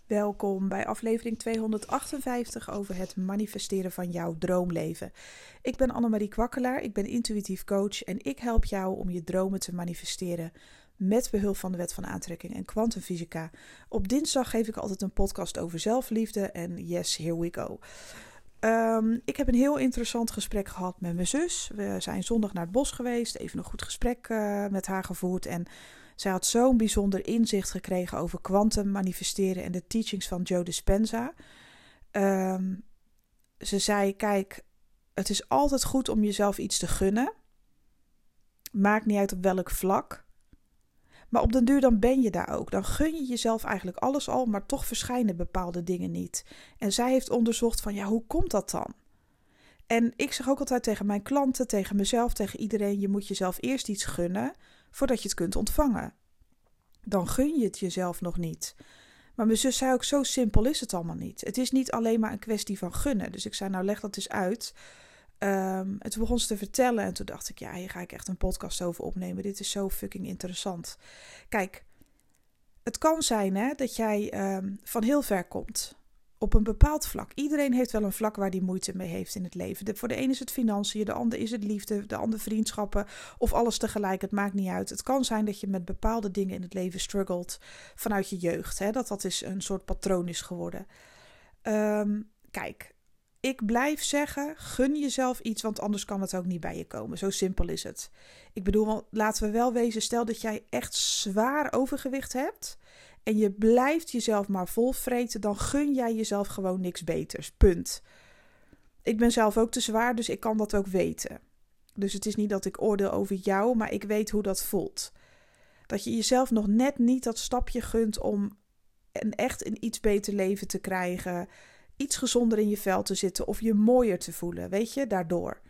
Welkom bij aflevering 258 over het manifesteren van jouw droomleven. Ik ben Annemarie Kwakkelaar, ik ben intuïtief coach en ik help jou om je dromen te manifesteren met behulp van de wet van aantrekking en kwantumfysica. Op dinsdag geef ik altijd een podcast over zelfliefde en yes, here we go. Ik heb een heel interessant gesprek gehad met mijn zus. We zijn zondag naar het bos geweest, even een goed gesprek met haar gevoerd en zij had zo'n bijzonder inzicht gekregen over kwantum manifesteren en de teachings van Joe Dispenza. Ze zei, kijk, het is altijd goed om jezelf iets te gunnen. Maakt niet uit op welk vlak. Maar op den duur dan ben je daar ook. Dan gun je jezelf eigenlijk alles al, maar toch verschijnen bepaalde dingen niet. En zij heeft onderzocht van, ja, hoe komt dat dan? En ik zeg ook altijd tegen mijn klanten, tegen mezelf, tegen iedereen, je moet jezelf eerst iets gunnen voordat je het kunt ontvangen. Dan gun je het jezelf nog niet. Maar mijn zus zei ook, zo simpel is het allemaal niet. Het is niet alleen maar een kwestie van gunnen. Dus ik zei, nou leg dat eens uit. En toen begon ze te vertellen en toen dacht ik, ja, hier ga ik echt een podcast over opnemen. Dit is zo fucking interessant. Kijk, het kan zijn dat jij van heel ver komt. Op een bepaald vlak. Iedereen heeft wel een vlak waar die moeite mee heeft in het leven. Voor de een is het financiën, de ander is het liefde, de ander vriendschappen of alles tegelijk. Het maakt niet uit. Het kan zijn dat je met bepaalde dingen in het leven struggelt vanuit je jeugd. Dat is een soort patroon is geworden. Kijk, ik blijf zeggen, gun jezelf iets, want anders kan het ook niet bij je komen. Zo simpel is het. Ik bedoel, laten we wel wezen, stel dat jij echt zwaar overgewicht hebt en je blijft jezelf maar volvreten, dan gun jij jezelf gewoon niks beters. Punt. Ik ben zelf ook te zwaar, dus ik kan dat ook weten. Dus het is niet dat ik oordeel over jou, maar ik weet hoe dat voelt. Dat je jezelf nog net niet dat stapje gunt om echt een iets beter leven te krijgen, iets gezonder in je vel te zitten of je mooier te voelen, weet je, daardoor.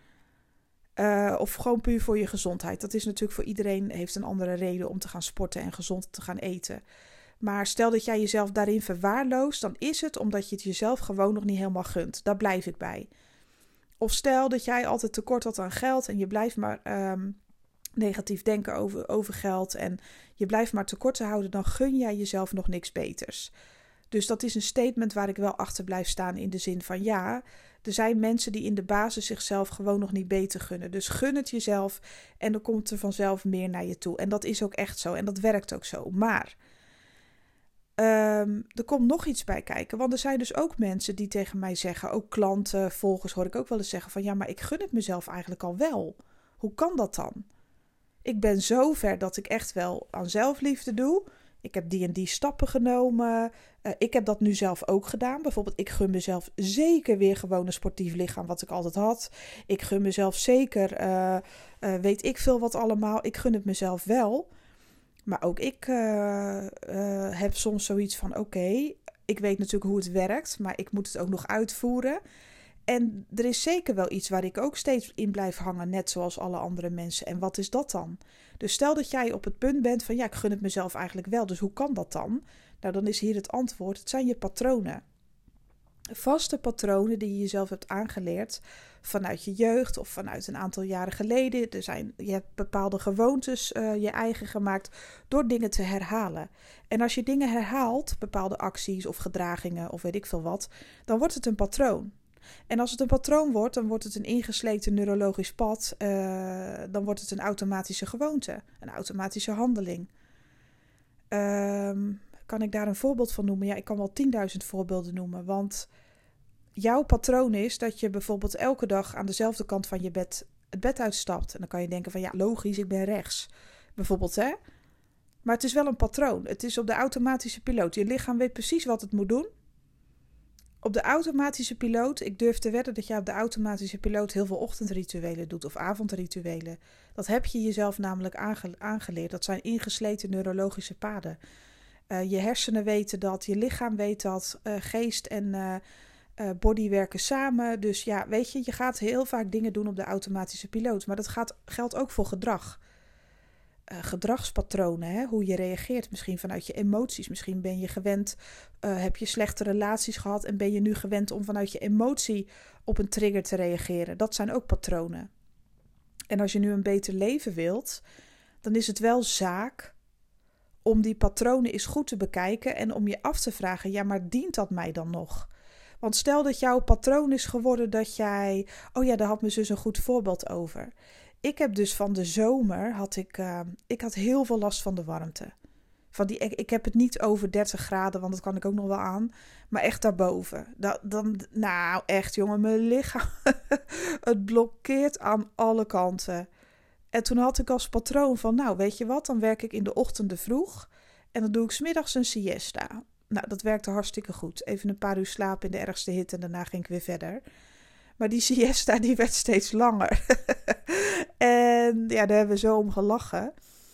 Of gewoon puur voor je gezondheid. Dat is natuurlijk voor iedereen, heeft een andere reden om te gaan sporten en gezond te gaan eten. Maar stel dat jij jezelf daarin verwaarloost, dan is het omdat je het jezelf gewoon nog niet helemaal gunt. Daar blijf ik bij. Of stel dat jij altijd tekort had aan geld en je blijft maar negatief denken over geld en je blijft maar tekorten houden, dan gun jij jezelf nog niks beters. Dus dat is een statement waar ik wel achter blijf staan in de zin van ja, er zijn mensen die in de basis zichzelf gewoon nog niet beter gunnen. Dus gun het jezelf en dan komt er vanzelf meer naar je toe. En dat is ook echt zo en dat werkt ook zo. Maar er komt nog iets bij kijken, want er zijn dus ook mensen die tegen mij zeggen, ook klanten, volgers hoor ik ook wel eens zeggen van ja, maar ik gun het mezelf eigenlijk al wel. Hoe kan dat dan? Ik ben zo ver dat ik echt wel aan zelfliefde doe. Ik heb die en die stappen genomen. Ik heb dat nu zelf ook gedaan. Bijvoorbeeld, ik gun mezelf zeker weer gewoon een sportief lichaam wat ik altijd had. Ik gun mezelf zeker, weet ik veel wat allemaal. Ik gun het mezelf wel. Maar ook ik heb soms zoiets van, oké, ik weet natuurlijk hoe het werkt, maar ik moet het ook nog uitvoeren. En er is zeker wel iets waar ik ook steeds in blijf hangen, net zoals alle andere mensen. En wat is dat dan? Dus stel dat jij op het punt bent van, ja, ik gun het mezelf eigenlijk wel, dus hoe kan dat dan? Nou, dan is hier het antwoord, het zijn je patronen. Vaste patronen die je jezelf hebt aangeleerd vanuit je jeugd of vanuit een aantal jaren geleden. Je hebt bepaalde gewoontes je eigen gemaakt door dingen te herhalen. En als je dingen herhaalt, bepaalde acties of gedragingen of weet ik veel wat, dan wordt het een patroon. En als het een patroon wordt, dan wordt het een ingesleten neurologisch pad. Dan wordt het een automatische gewoonte, een automatische handeling. Kan ik daar een voorbeeld van noemen? Ja, ik kan wel 10.000 voorbeelden noemen. Want jouw patroon is dat je bijvoorbeeld elke dag aan dezelfde kant van je bed het bed uitstapt. En dan kan je denken van ja, logisch, ik ben rechts. Bijvoorbeeld, hè? Maar het is wel een patroon. Het is op de automatische piloot. Je lichaam weet precies wat het moet doen. Op de automatische piloot, ik durf te wedden dat je op de automatische piloot heel veel ochtendrituelen doet of avondrituelen. Dat heb je jezelf namelijk aangeleerd. Dat zijn ingesleten neurologische paden. Je hersenen weten dat, je lichaam weet dat, geest en body werken samen. Dus ja, weet je gaat heel vaak dingen doen op de automatische piloot. Maar dat geldt ook voor gedrag. Gedragspatronen, hoe je reageert, misschien vanuit je emoties. Misschien ben je gewend, heb je slechte relaties gehad en ben je nu gewend om vanuit je emotie op een trigger te reageren. Dat zijn ook patronen. En als je nu een beter leven wilt, dan is het wel zaak om die patronen eens goed te bekijken en om je af te vragen, ja, maar dient dat mij dan nog? Want stel dat jouw patroon is geworden dat jij... Oh ja, daar had mijn zus een goed voorbeeld over. Ik heb dus van de zomer, ik had heel veel last van de warmte. Ik heb het niet over 30 graden, want dat kan ik ook nog wel aan. Maar echt daarboven. Nou, echt jongen, mijn lichaam. Het blokkeert aan alle kanten. En toen had ik als patroon van, nou weet je wat, dan werk ik in de ochtenden vroeg. En dan doe ik 's middags een siesta. Nou, dat werkte hartstikke goed. Even een paar uur slapen in de ergste hitte en daarna ging ik weer verder. Maar die siesta die werd steeds langer. En ja, daar hebben we zo om gelachen.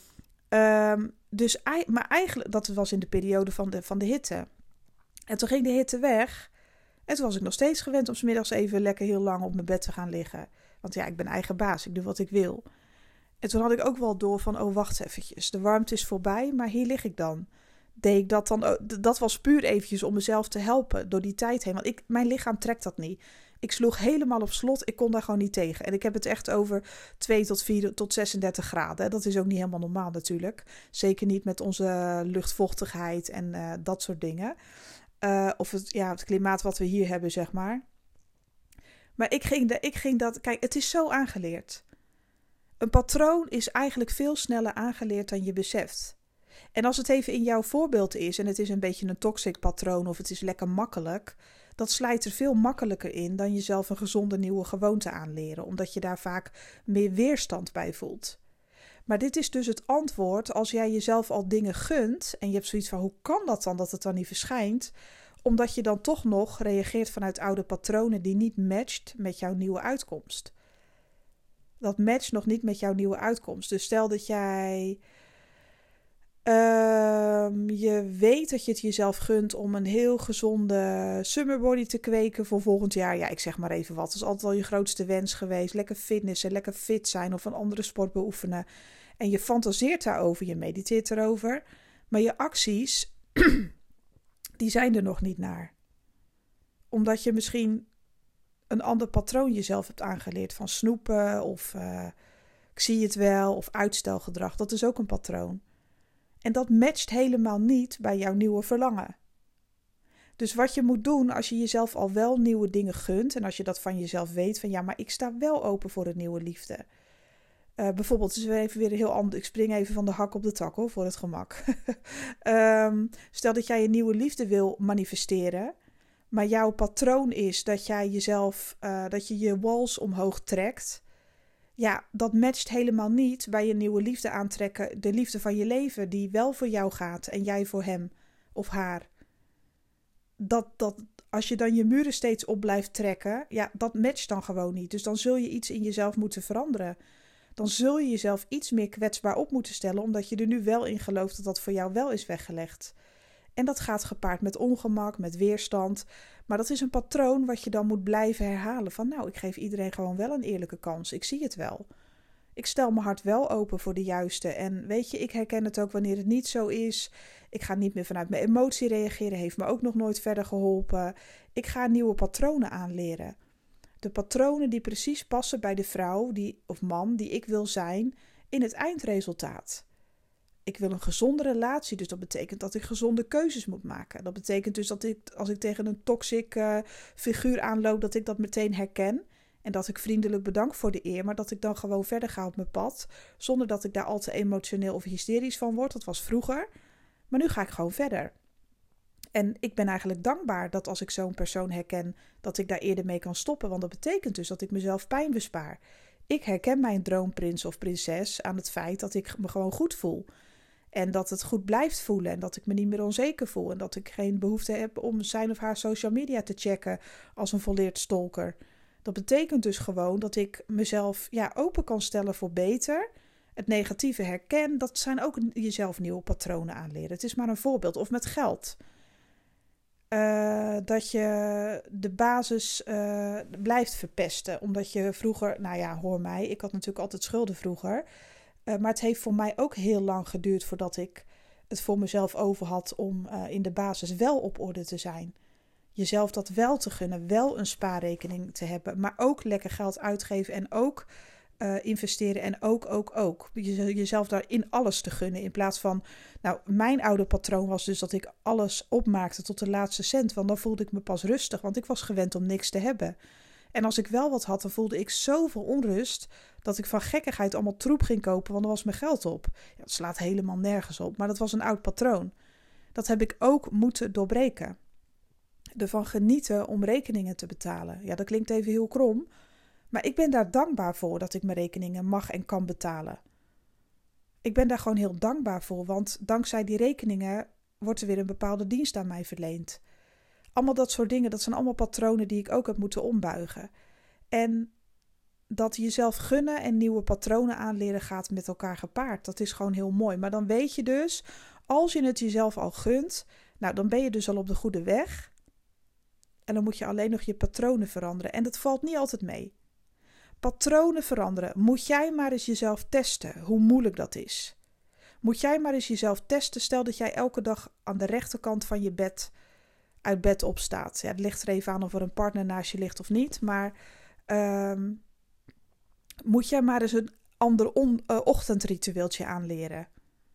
Maar eigenlijk, dat was in de periode van de hitte. En toen ging de hitte weg. En toen was ik nog steeds gewend om 's middags even lekker heel lang op mijn bed te gaan liggen. Want ja, ik ben eigen baas, ik doe wat ik wil. En toen had ik ook wel door van, oh wacht eventjes, de warmte is voorbij, maar hier lig ik dan. Deed ik dat dan, dat was puur eventjes om mezelf te helpen door die tijd heen. Want mijn lichaam trekt dat niet. Ik sloeg helemaal op slot, ik kon daar gewoon niet tegen. En ik heb het echt over 2 tot 4 tot 36 graden. Dat is ook niet helemaal normaal natuurlijk. Zeker niet met onze luchtvochtigheid en dat soort dingen. Of het klimaat wat we hier hebben, zeg maar. Maar ik ging dat... Kijk, het is zo aangeleerd. Een patroon is eigenlijk veel sneller aangeleerd dan je beseft. En als het even in jouw voorbeeld is en het is een beetje een toxic patroon of het is lekker makkelijk, dat slijt er veel makkelijker in dan jezelf een gezonde nieuwe gewoonte aanleren, omdat je daar vaak meer weerstand bij voelt. Maar dit is dus het antwoord als jij jezelf al dingen gunt en je hebt zoiets van, hoe kan dat dan dat het dan niet verschijnt? Omdat je dan toch nog reageert vanuit oude patronen die niet matcht met jouw nieuwe uitkomst. Dat matcht nog niet met jouw nieuwe uitkomst. Dus stel dat jij... je weet dat je het jezelf gunt om een heel gezonde summerbody te kweken voor volgend jaar. Ja, ik zeg maar even wat. Dat is altijd al je grootste wens geweest. Lekker fitnessen, lekker fit zijn of een andere sport beoefenen. En je fantaseert daarover, je mediteert erover. Maar je acties, die zijn er nog niet naar. Omdat je misschien een ander patroon jezelf hebt aangeleerd van snoepen of ik zie het wel of uitstelgedrag. Dat is ook een patroon. En dat matcht helemaal niet bij jouw nieuwe verlangen. Dus wat je moet doen als je jezelf al wel nieuwe dingen gunt en als je dat van jezelf weet van ja, maar ik sta wel open voor een nieuwe liefde. Bijvoorbeeld, dus even weer heel anders. Ik spring even van de hak op de tak hoor, voor het gemak. Stel dat jij een nieuwe liefde wil manifesteren, maar jouw patroon is dat jij jezelf, dat je je wals omhoog trekt. Ja, dat matcht helemaal niet bij je nieuwe liefde aantrekken. De liefde van je leven die wel voor jou gaat en jij voor hem of haar. Als je dan je muren steeds op blijft trekken, ja, dat matcht dan gewoon niet. Dus dan zul je iets in jezelf moeten veranderen. Dan zul je jezelf iets meer kwetsbaar op moeten stellen, omdat je er nu wel in gelooft dat dat voor jou wel is weggelegd. En dat gaat gepaard met ongemak, met weerstand. Maar dat is een patroon wat je dan moet blijven herhalen. Van nou, ik geef iedereen gewoon wel een eerlijke kans. Ik zie het wel. Ik stel mijn hart wel open voor de juiste. En weet je, ik herken het ook wanneer het niet zo is. Ik ga niet meer vanuit mijn emotie reageren. Heeft me ook nog nooit verder geholpen. Ik ga nieuwe patronen aanleren. De patronen die precies passen bij de vrouw of man die ik wil zijn in het eindresultaat. Ik wil een gezonde relatie, dus dat betekent dat ik gezonde keuzes moet maken. Dat betekent dus dat als ik tegen een toxic figuur aanloop, dat ik dat meteen herken. En dat ik vriendelijk bedank voor de eer, maar dat ik dan gewoon verder ga op mijn pad. Zonder dat ik daar al te emotioneel of hysterisch van word. Dat was vroeger. Maar nu ga ik gewoon verder. En ik ben eigenlijk dankbaar dat als ik zo'n persoon herken, dat ik daar eerder mee kan stoppen. Want dat betekent dus dat ik mezelf pijn bespaar. Ik herken mijn droomprins of prinses aan het feit dat ik me gewoon goed voel. En dat het goed blijft voelen en dat ik me niet meer onzeker voel. En dat ik geen behoefte heb om zijn of haar social media te checken als een volleerd stalker. Dat betekent dus gewoon dat ik mezelf open kan stellen voor beter. Het negatieve herken, dat zijn ook jezelf nieuwe patronen aanleren. Het is maar een voorbeeld. Of met geld. Dat je de basis blijft verpesten. Omdat je vroeger, hoor mij, ik had natuurlijk altijd schulden vroeger. Maar het heeft voor mij ook heel lang geduurd voordat ik het voor mezelf over had om in de basis wel op orde te zijn. Jezelf dat wel te gunnen, wel een spaarrekening te hebben, maar ook lekker geld uitgeven en ook investeren en ook. Jezelf daar in alles te gunnen. In plaats van, nou, mijn oude patroon was dus dat ik alles opmaakte tot de laatste cent. Want dan voelde ik me pas rustig, want ik was gewend om niks te hebben. En als ik wel wat had, dan voelde ik zoveel onrust dat ik van gekkigheid allemaal troep ging kopen, want dan was mijn geld op. Ja, het slaat helemaal nergens op, maar dat was een oud patroon. Dat heb ik ook moeten doorbreken. Ervan genieten om rekeningen te betalen. Ja, dat klinkt even heel krom, maar ik ben daar dankbaar voor dat ik mijn rekeningen mag en kan betalen. Ik ben daar gewoon heel dankbaar voor, want dankzij die rekeningen wordt er weer een bepaalde dienst aan mij verleend. Allemaal dat soort dingen, dat zijn allemaal patronen die ik ook heb moeten ombuigen. En dat jezelf gunnen en nieuwe patronen aanleren gaat met elkaar gepaard. Dat is gewoon heel mooi. Maar dan weet je dus, als je het jezelf al gunt, nou dan ben je dus al op de goede weg. En dan moet je alleen nog je patronen veranderen. En dat valt niet altijd mee. Patronen veranderen. Moet jij maar eens jezelf testen, hoe moeilijk dat is. Moet jij maar eens jezelf testen. Stel dat jij elke dag aan de rechterkant van je bed uit bed opstaat. Ja, het ligt er even aan of er een partner naast je ligt of niet. Maar moet jij maar eens een ander ochtendritueeltje aanleren.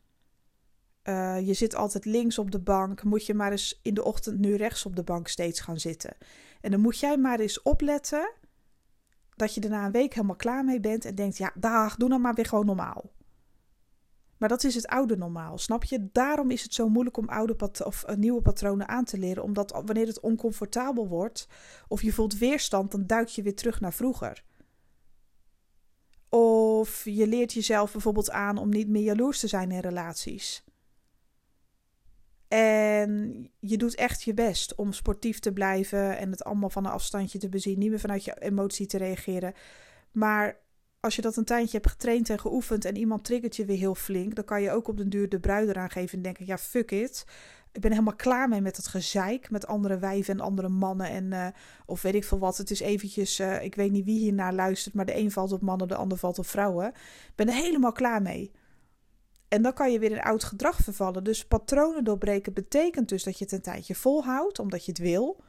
Je zit altijd links op de bank. Moet je maar eens in de ochtend nu rechts op de bank steeds gaan zitten. En dan moet jij maar eens opletten dat je er na een week helemaal klaar mee bent en denkt, ja, dag, doe dan maar weer gewoon normaal. Maar dat is het oude normaal, snap je? Daarom is het zo moeilijk om nieuwe patronen aan te leren. Omdat wanneer het oncomfortabel wordt of je voelt weerstand, dan duik je weer terug naar vroeger. Of je leert jezelf bijvoorbeeld aan om niet meer jaloers te zijn in relaties. En je doet echt je best om sportief te blijven en het allemaal van een afstandje te bezien. Niet meer vanuit je emotie te reageren. Maar als je dat een tijdje hebt getraind en geoefend en iemand triggert je weer heel flink, dan kan je ook op den duur de brui eraan geven en denken, ja, fuck it. Ik ben helemaal klaar mee met het gezeik met andere wijven en andere mannen en of weet ik veel wat. Het is eventjes, ik weet niet wie hiernaar luistert, maar de een valt op mannen, de ander valt op vrouwen. Ik ben er helemaal klaar mee. En dan kan je weer in oud gedrag vervallen. Dus patronen doorbreken betekent dus dat je het een tijdje volhoudt, omdat je het wil.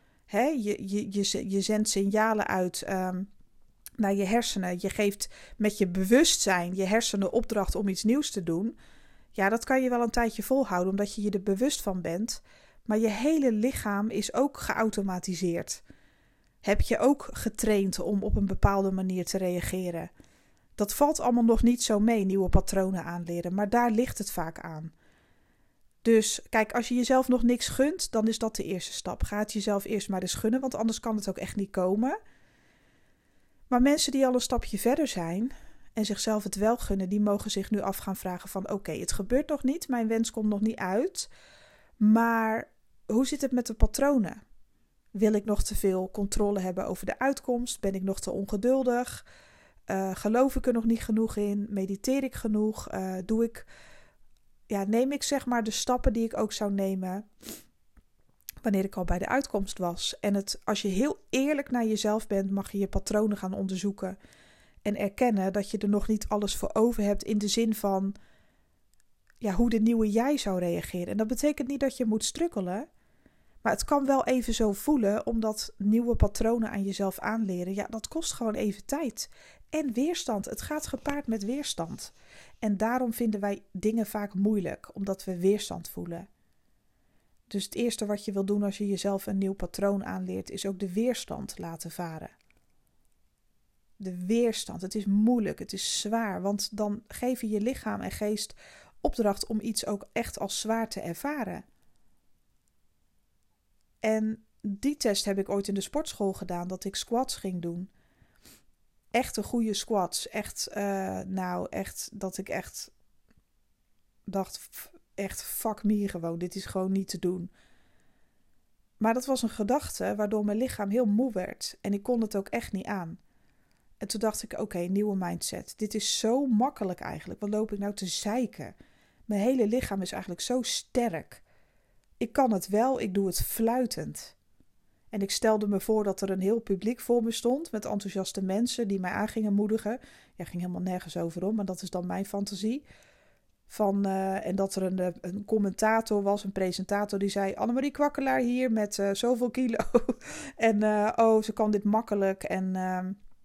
Je zendt signalen uit naar je hersenen. Je geeft met je bewustzijn je hersenen opdracht om iets nieuws te doen. Ja, dat kan je wel een tijdje volhouden, omdat je je er bewust van bent. Maar je hele lichaam is ook geautomatiseerd. Heb je ook getraind om op een bepaalde manier te reageren. Dat valt allemaal nog niet zo mee, nieuwe patronen aanleren. Maar daar ligt het vaak aan. Dus kijk, als je jezelf nog niks gunt, dan is dat de eerste stap. Ga het jezelf eerst maar eens gunnen, want anders kan het ook echt niet komen. Maar mensen die al een stapje verder zijn en zichzelf het wel gunnen, die mogen zich nu af gaan vragen van oké, het gebeurt nog niet, mijn wens komt nog niet uit. Maar hoe zit het met de patronen? Wil ik nog te veel controle hebben over de uitkomst? Ben ik nog te ongeduldig? Geloof ik er nog niet genoeg in? Mediteer ik genoeg? Neem ik zeg maar de stappen die ik ook zou nemen wanneer ik al bij de uitkomst was. En als je heel eerlijk naar jezelf bent, mag je je patronen gaan onderzoeken en erkennen dat je er nog niet alles voor over hebt in de zin van hoe de nieuwe jij zou reageren. En dat betekent niet dat je moet strukkelen, maar het kan wel even zo voelen, omdat nieuwe patronen aan jezelf aanleren, dat kost gewoon even tijd. En weerstand. Het gaat gepaard met weerstand. En daarom vinden wij dingen vaak moeilijk, omdat we weerstand voelen. Dus het eerste wat je wil doen als je jezelf een nieuw patroon aanleert, is ook de weerstand laten varen. De weerstand. Het is moeilijk, het is zwaar, want dan geven je lichaam en geest opdracht om iets ook echt als zwaar te ervaren. En die test heb ik ooit in de sportschool gedaan, dat ik squats ging doen. Echte goede squats. Echt dat ik echt dacht, echt fuck me gewoon. Dit is gewoon niet te doen. Maar dat was een gedachte waardoor mijn lichaam heel moe werd. En ik kon het ook echt niet aan. En toen dacht ik, oké, nieuwe mindset. Dit is zo makkelijk eigenlijk. Wat loop ik nou te zeiken? Mijn hele lichaam is eigenlijk zo sterk. Ik kan het wel, ik doe het fluitend. En ik stelde me voor dat er een heel publiek voor me stond met enthousiaste mensen die mij aan gingen moedigen. Ja, ging helemaal nergens over om, maar dat is dan mijn fantasie. En dat er een commentator was, een presentator die zei, Annemarie Kwakkelaar hier met zoveel kilo. En ze kan dit makkelijk. En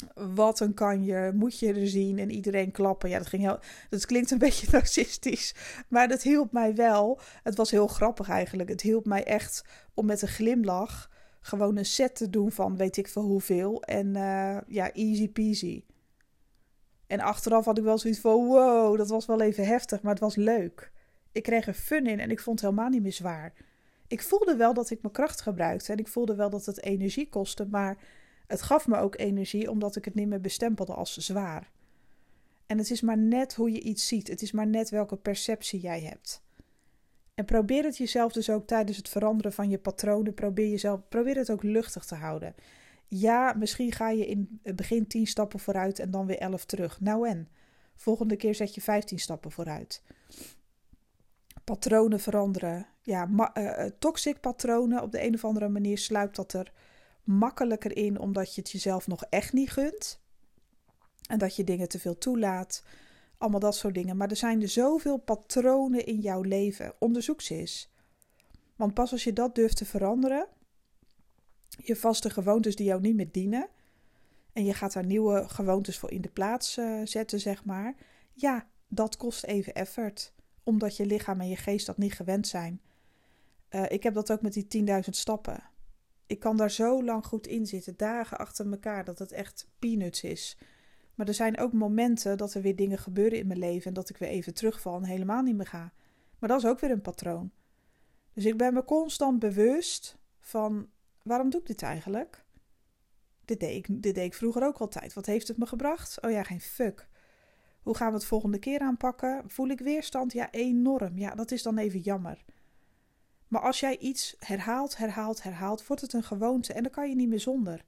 Wat een kanjer, moet je er zien en iedereen klappen. Ja, dat klinkt een beetje narcistisch, maar dat hielp mij wel. Het was heel grappig eigenlijk. Het hielp mij echt om met een glimlach gewoon een set te doen van weet ik veel hoeveel. En ja, easy peasy. En achteraf had ik wel zoiets van wow, dat was wel even heftig, maar het was leuk. Ik kreeg er fun in en ik vond het helemaal niet meer zwaar. Ik voelde wel dat ik mijn kracht gebruikte en ik voelde wel dat het energie kostte, maar het gaf me ook energie omdat ik het niet meer bestempelde als zwaar. En het is maar net hoe je iets ziet. Het is maar net welke perceptie jij hebt. En probeer het jezelf dus ook tijdens het veranderen van je patronen. Probeer het ook luchtig te houden. Ja, misschien ga je in het begin 10 stappen vooruit en dan weer 11 terug. Nou en? Volgende keer zet je 15 stappen vooruit. Patronen veranderen. Ja, toxic patronen. Op de een of andere manier sluipt dat er makkelijker in omdat je het jezelf nog echt niet gunt. En dat je dingen te veel toelaat. Allemaal dat soort dingen. Maar er zijn zoveel patronen in jouw leven. Onderzoek ze eens. Want pas als je dat durft te veranderen, je vaste gewoontes die jou niet meer dienen, en je gaat daar nieuwe gewoontes voor in de plaats zetten, zeg maar. Ja, dat kost even effort. Omdat je lichaam en je geest dat niet gewend zijn. Ik heb dat ook met die 10.000 stappen. Ik kan daar zo lang goed in zitten, dagen achter elkaar, dat het echt peanuts is. Maar er zijn ook momenten dat er weer dingen gebeuren in mijn leven en dat ik weer even terugval en helemaal niet meer ga. Maar dat is ook weer een patroon. Dus ik ben me constant bewust van, waarom doe ik dit eigenlijk? Dit deed ik vroeger ook altijd. Wat heeft het me gebracht? Oh ja, geen fuck. Hoe gaan we het volgende keer aanpakken? Voel ik weerstand? Ja, enorm. Ja, dat is dan even jammer. Maar als jij iets herhaalt, wordt het een gewoonte en dan kan je niet meer zonder.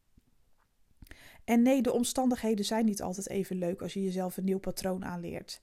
En nee, de omstandigheden zijn niet altijd even leuk als je jezelf een nieuw patroon aanleert.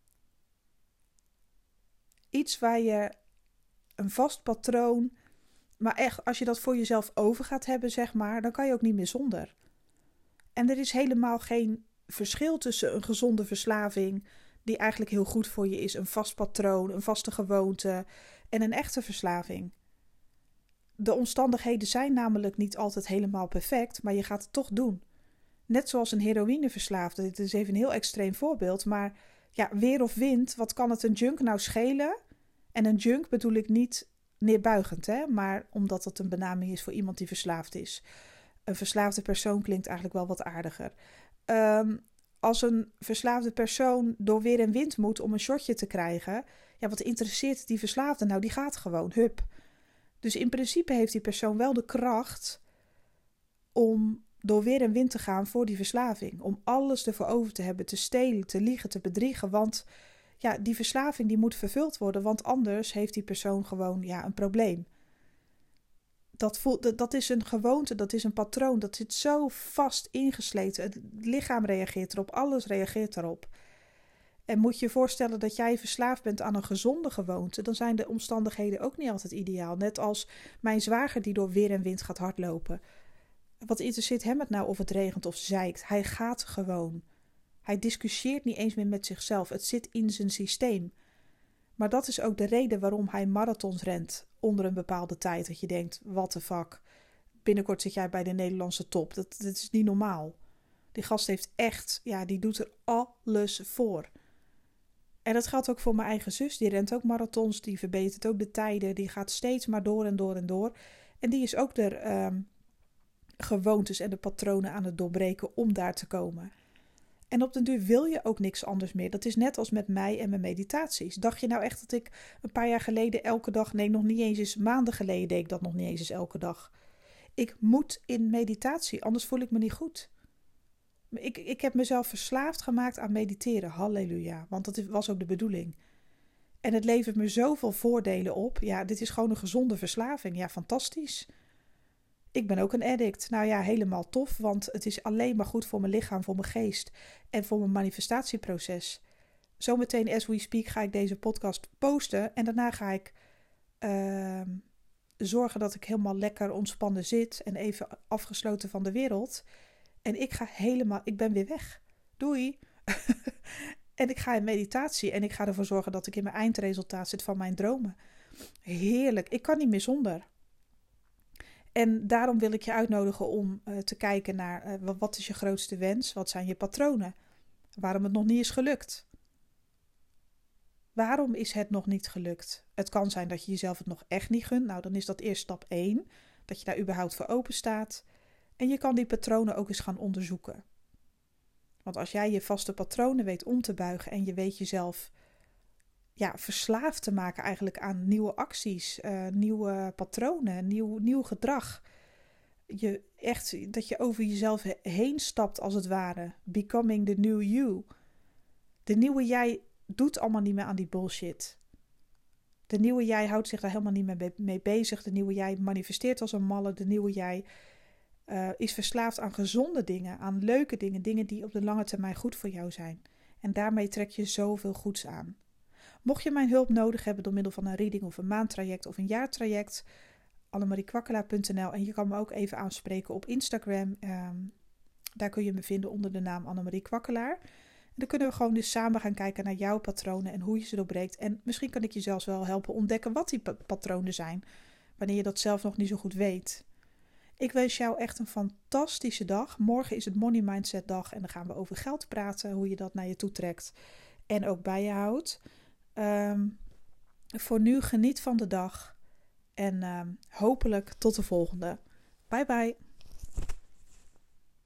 Iets waar je een vast patroon, maar echt als je dat voor jezelf over gaat hebben, zeg maar, dan kan je ook niet meer zonder. En er is helemaal geen verschil tussen een gezonde verslaving, die eigenlijk heel goed voor je is, een vast patroon, een vaste gewoonte, en een echte verslaving. De omstandigheden zijn namelijk niet altijd helemaal perfect, maar je gaat het toch doen. Net zoals een heroïneverslaafde. Dit is even een heel extreem voorbeeld. Maar ja, weer of wind, wat kan het een junk nou schelen? En een junk bedoel ik niet neerbuigend, hè? Maar omdat het een benaming is voor iemand die verslaafd is. Een verslaafde persoon klinkt eigenlijk wel wat aardiger. Als een verslaafde persoon door weer en wind moet om een shotje te krijgen, ja, wat interesseert die verslaafde? Nou, die gaat gewoon, hup. Dus in principe heeft die persoon wel de kracht om door weer en wind te gaan voor die verslaving. Om alles ervoor over te hebben, te stelen, te liegen, te bedriegen. Want ja, die verslaving die moet vervuld worden, want anders heeft die persoon gewoon een probleem. Dat is een gewoonte, dat is een patroon, dat zit zo vast ingesleten. Het lichaam reageert erop, alles reageert erop. En moet je je voorstellen dat jij verslaafd bent aan een gezonde gewoonte, dan zijn de omstandigheden ook niet altijd ideaal. Net als mijn zwager die door weer en wind gaat hardlopen. Wat interesseert hem het nou of het regent of zeikt? Hij gaat gewoon. Hij discussieert niet eens meer met zichzelf. Het zit in zijn systeem. Maar dat is ook de reden waarom hij marathons rent onder een bepaalde tijd. Dat je denkt, what the fuck. Binnenkort zit jij bij de Nederlandse top. Dat is niet normaal. Die gast heeft echt, die doet er alles voor. En dat geldt ook voor mijn eigen zus. Die rent ook marathons, die verbetert ook de tijden. Die gaat steeds maar door en door en door. En die is ook er gewoontes en de patronen aan het doorbreken om daar te komen. En op den duur wil je ook niks anders meer. Dat is net als met mij en mijn meditaties. Dacht je nou echt dat ik een paar jaar geleden elke dag, nee, nog niet eens maanden geleden deed ik dat nog niet eens elke dag. Ik moet in meditatie, anders voel ik me niet goed. Ik heb mezelf verslaafd gemaakt aan mediteren, halleluja, want dat was ook de bedoeling. En het levert me zoveel voordelen op. Ja, dit is gewoon een gezonde verslaving. Ja, fantastisch. Ik ben ook een addict. Nou ja, helemaal tof, want het is alleen maar goed voor mijn lichaam, voor mijn geest en voor mijn manifestatieproces. Zometeen, as we speak, ga ik deze podcast posten en daarna ga ik zorgen dat ik helemaal lekker ontspannen zit en even afgesloten van de wereld. En ik ben weer weg. Doei! En ik ga in meditatie en ik ga ervoor zorgen dat ik in mijn eindresultaat zit van mijn dromen. Heerlijk, ik kan niet meer zonder. En daarom wil ik je uitnodigen om te kijken naar wat is je grootste wens? Wat zijn je patronen? Waarom het nog niet is gelukt? Waarom is het nog niet gelukt? Het kan zijn dat je jezelf het nog echt niet gunt. Nou, dan is dat eerst stap 1. Dat je daar überhaupt voor open staat. En je kan die patronen ook eens gaan onderzoeken. Want als jij je vaste patronen weet om te buigen en je weet jezelf verslaafd te maken eigenlijk aan nieuwe acties, nieuwe patronen, nieuw gedrag. Dat je over jezelf heen stapt als het ware. Becoming the new you. De nieuwe jij doet allemaal niet meer aan die bullshit. De nieuwe jij houdt zich daar helemaal niet meer mee bezig. De nieuwe jij manifesteert als een malle. De nieuwe jij is verslaafd aan gezonde dingen, aan leuke dingen. Dingen die op de lange termijn goed voor jou zijn. En daarmee trek je zoveel goeds aan. Mocht je mijn hulp nodig hebben door middel van een reading of een maandtraject of een jaartraject, annemariekwakkelaar.nl. En je kan me ook even aanspreken op Instagram. Daar kun je me vinden onder de naam Annemarie Kwakkelaar. En dan kunnen we gewoon dus samen gaan kijken naar jouw patronen en hoe je ze doorbreekt. En misschien kan ik je zelfs wel helpen ontdekken wat die patronen zijn, wanneer je dat zelf nog niet zo goed weet. Ik wens jou echt een fantastische dag. Morgen is het Money Mindset dag en dan gaan we over geld praten, hoe je dat naar je toe trekt en ook bij je houdt. Voor nu geniet van de dag en hopelijk tot de volgende. Bye bye.